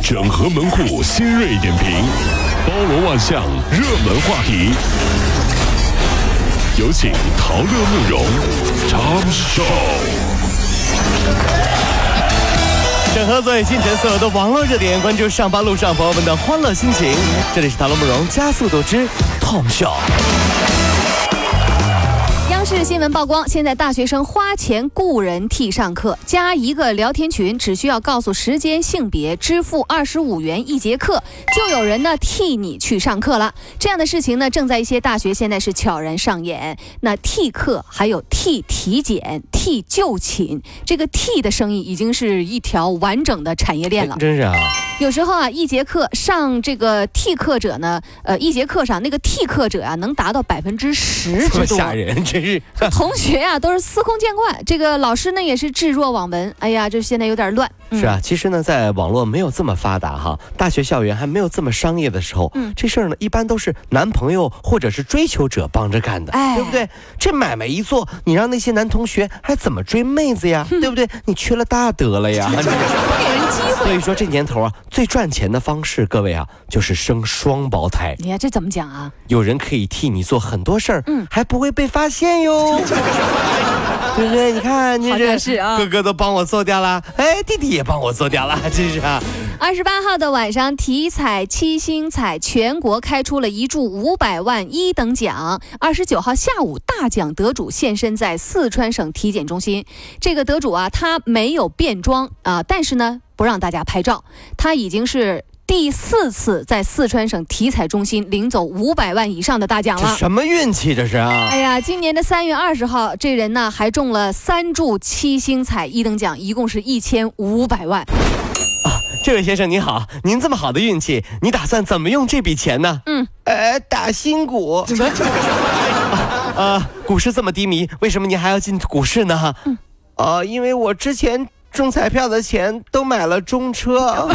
整合门户新锐点评，包罗万象，热门话题。有请陶乐慕容长寿。 整合最新城所有的网络热点，关注上班路上朋友们的欢乐心情。这里是陶乐慕容加速度之 Tom Show。 央视新闻曝光，现在大学生花钱雇人替上课，加一个聊天群，只需要告诉时间、性别，支付25元一节课，就有人呢替你去上课了。这样的事情呢，正在一些大学现在是悄然上演。那替课，还有替体检、替就寝，这个替的生意已经是一条完整的产业链了。 真是啊。 有时候啊，一节课上这个替课者呢，一节课上那个替课者啊，能达到10%之多， 这么吓人，真是。 同学啊，都是司空见惯。这个老师呢，也是置若罔闻。哎呀，这现在有点乱。 是啊，其实呢，在网络没有这么发达哈，大学校园还没有这么商业的时候，这事儿呢，一般都是男朋友或者是追求者帮着干的，对不对？这买卖一做，你让那些男同学还怎么追妹子呀？对不对？你缺了大德了呀！不给人机会。 所以说这年头啊，最赚钱的方式，各位啊，就是生双胞胎。 你看这怎么讲啊？ 有人可以替你做很多事儿，还不会被发现哟。对不对？你看，你这是啊， 哥哥都帮我做掉了，哎，弟弟也帮我做掉了，真是啊。 28号的晚上，体彩七星彩全国开出了一注500万1等奖。29号下午，大奖得主现身在四川省体检中心。这个得主啊，他没有变装啊，但是呢，不让大家拍照。他已经是第4次在四川省体彩中心领走500万以上的大奖了。 这什么运气这是啊！ 哎呀，今年的3月20号，这人呢还中了3注七星彩1等奖，一共是1500万。 这位先生您好，您这么好的运气，你打算怎么用这笔钱呢？打新股。股市这么低迷，为什么你还要进股市呢？因为我之前中彩票的钱都买了中车。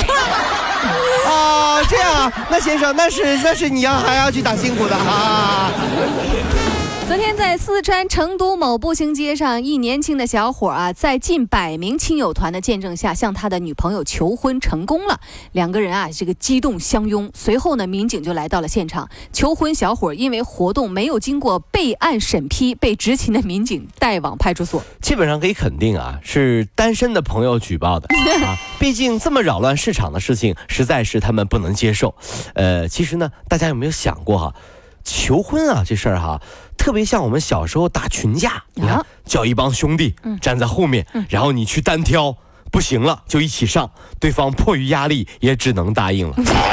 这样，那先生，那是你还要去打新股的啊。 昨天在四川成都某步行街上，一年轻的小伙啊，在近100名亲友团的见证下，向他的女朋友求婚成功了。两个人啊，这个激动相拥。随后呢，民警就来到了现场。求婚小伙因为活动没有经过备案审批，被执勤的民警带往派出所。 基本上可以肯定啊，是单身的朋友举报的啊。毕竟这么扰乱市场的事情，实在是他们不能接受。其实呢，大家有没有想过哈？求婚啊，这事儿哈，特别像我们小时候打群架，你看，叫一帮兄弟站在后面，然后你去单挑，不行了就一起上，对方迫于压力也只能答应了。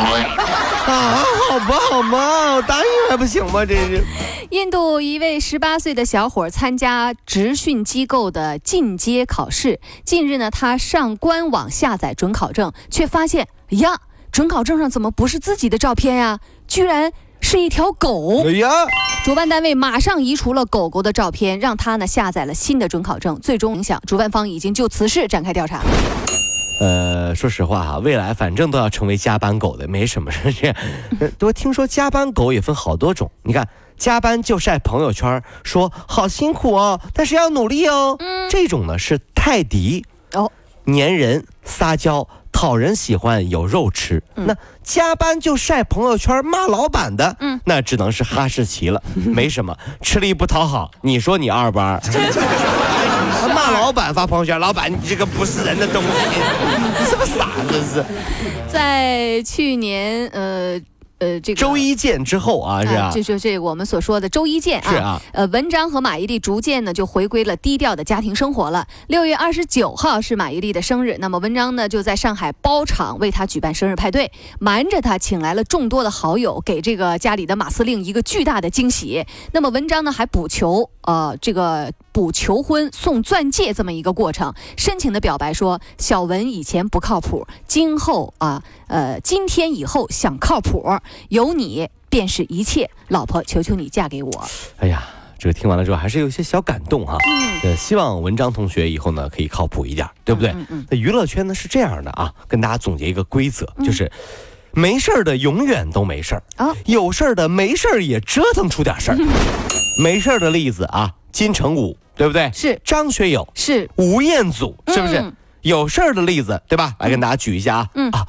好吧，我答应还不行吗？这是。 印度一位18岁的小伙参加职训机构的进阶考试，近日呢，他上官网下载准考证，却发现，哎呀，准考证上怎么不是自己的照片呀？居然是一条狗。 哎呀！ 主办单位马上移除了狗狗的照片，让他呢下载了新的准考证。最终影响，主办方已经就此事展开调查。 说实话哈，未来反正都要成为加班狗的，没什么事。我听说加班狗也分好多种，你看，加班就晒朋友圈，说好辛苦哦，但是要努力哦。这种呢是泰迪粘人撒娇。讨人喜欢，有肉吃。那加班就晒朋友圈骂老板的，那只能是哈士奇了，没什么，吃力不讨好。你说你2班，骂老板发朋友圈，老板你这个不是人的东西，你这么傻，真是。 在去年这个周一见之后啊，是啊， 这我们所说的周一见啊， 是啊， 文章和马伊琍逐渐呢就回归了低调的家庭生活了。6月29号是马伊琍的生日，那么文章呢就在上海包场为她举办生日派对，瞒着她请来了众多的好友，给这个家里的马司令一个巨大的惊喜。那么文章呢还补求婚送钻戒这么一个过程，深情的表白说，小文以前不靠谱，今天以后想靠谱，有你便是一切，老婆求求你嫁给我。 哎呀，这个听完了之后还是有些小感动哈。希望文章同学以后呢可以靠谱一点，对不对？那娱乐圈呢是这样的啊，跟大家总结一个规则，就是没事的永远都没事儿，有事的没事也折腾出点事儿。没事的例子啊，金城武，对不对？ 是。 张学友， 是。 吴彦祖，是不是？有事儿的例子，对吧？来跟大家举一下啊。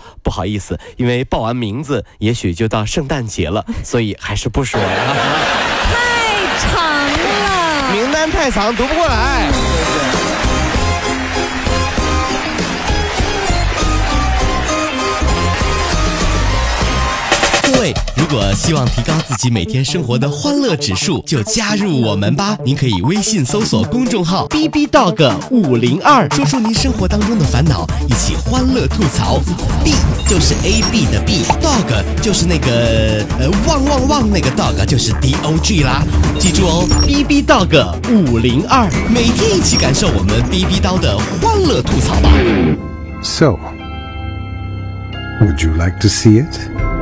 不好意思，因为报完名字也许就到圣诞节了，所以还是不说了。 太长了， 名单太长，读不过来。 各位，如果希望提高自己每天生活的欢乐指数，就加入我们吧。您可以微信搜索公众号 bbdog502，说出您生活当中的烦恼，一起欢乐吐槽。B 就是 AB 的 B，dog 就是那个汪那个 dog 就是 DOG 啦。记住哦 ，bbdog502，每天一起感受我们 BB 刀的欢乐吐槽吧。 So, would you like to see it?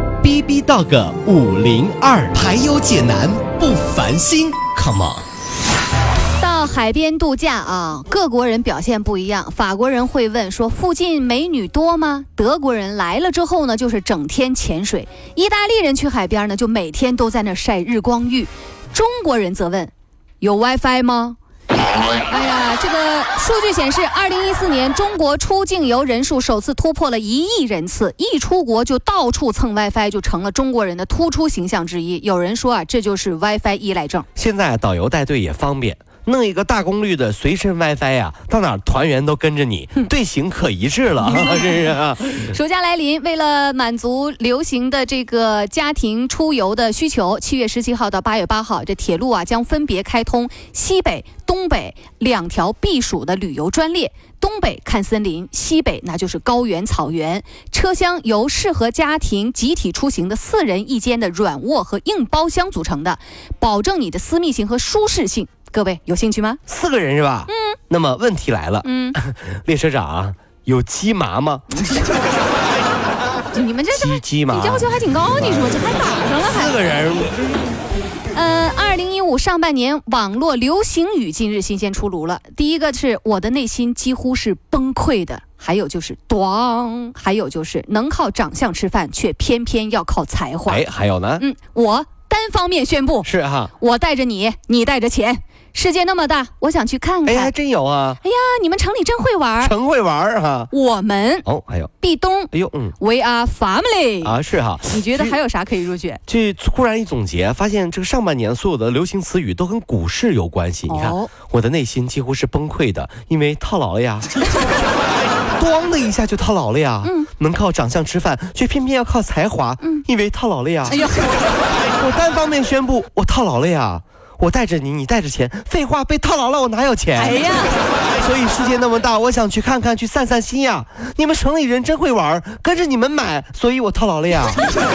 bbdog502，排忧解难不烦心 ，Come on。 到海边度假啊，各国人表现不一样。法国人会问说附近美女多吗？德国人来了之后呢，就是整天潜水。意大利人去海边呢，就每天都在那晒日光浴。中国人则问有 WiFi 吗？哎呀，这个数据显示，2014年中国出境游人数首次突破了1亿人次，一出国就到处蹭 WiFi， 就成了中国人的突出形象之一。有人说啊，这就是 WiFi 依赖症。 现在导游带队也方便。弄一个大功率的随身 WiFi 啊，到哪儿团员都跟着你，队形可一致了，真是啊！ 暑假来临，为了满足流行的这个家庭出游的需求，7月17号到8月8号，这铁路啊将分别开通西北、东北2条避暑的旅游专列。东北看森林，西北那就是高原草原。车厢由适合家庭集体出行的4人一间的软卧和硬包厢组成的，保证你的私密性和舒适性。各位有兴趣吗 ？4个人是吧？那么问题来了，列车长啊，有鸡麻吗？ 你们这鸡麻要求还挺高，你说这还打上了还？4 个人。 2015上半年网络流行语近日新鲜出炉了。第一个是我的内心几乎是崩溃的，还有就是咣，还有就是能靠长相吃饭，却偏偏要靠才华。 还有呢？ 我单方面宣布， 是哈， 我带着你，你带着钱。世界那么大，我想去看看。 还真有啊！ 哎呀，你们城里真会玩， 真会玩哈！ 我们还有壁咚，We are family 啊，是哈。 你觉得还有啥可以入选？ 这突然一总结，发现这个上半年所有的流行词语都跟股市有关系。你看，我的内心几乎是崩溃的，因为套牢了呀。咣的一下就套牢了呀。能靠长相吃饭，却偏偏要靠才华，因为套牢了呀。哎呀，我单方面宣布，我套牢了呀。我带着你，你带着钱，废话，被套牢了，我哪有钱？ 哎呀， 所以世界那么大，我想去看看，去散散心呀。你们城里人真会玩，跟着你们买，所以我套牢了呀。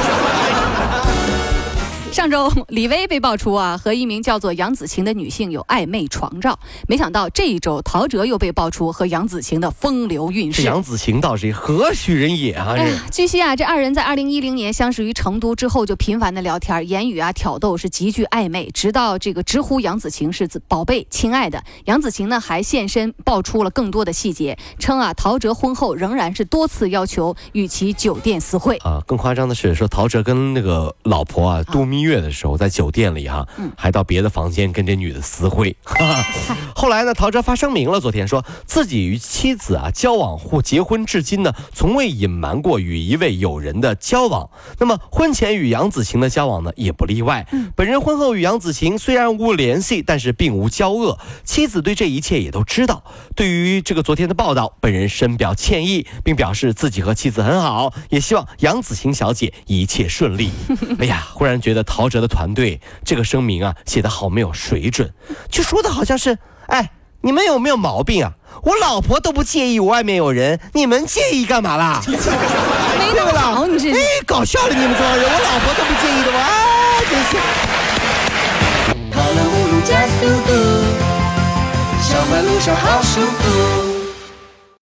上周李薇被爆出和一名叫做杨紫晴的女性有暧昧床照，没想到这一周陶喆又被爆出和杨紫晴的风流韵事。 这杨紫晴倒是何许人也啊？ 据悉这二人在2010年相识于成都之后，就频繁的聊天，言语挑逗是极具暧昧，直到这个直呼杨紫晴是宝贝亲爱的。杨紫晴呢还现身爆出了更多的细节，称陶喆婚后仍然是多次要求与其酒店私会更夸张的是说陶喆跟那个老婆度蜜月的时候，在酒店里还到别的房间跟这女的私会。后来呢，陶喆发声明了，昨天说自己与妻子交往或结婚至今呢，从未隐瞒过与一位友人的交往。那么婚前与杨紫晴的交往呢，也不例外。本人婚后与杨紫晴虽然无联系，但是并无交恶，妻子对这一切也都知道。对于这个昨天的报道，本人深表歉意，并表示自己和妻子很好，也希望杨紫晴小姐一切顺利。哎呀，忽然觉得陶喆的团队这个声明写得好没有水准，就说的好像是你们有没有毛病啊？我老婆都不介意我外面有人，你们介意干嘛啦？ 没那么好，你这搞笑了，你们这帮人，我老婆都不介意的吗？真是。 跑了5路加速度，上班路上好舒服。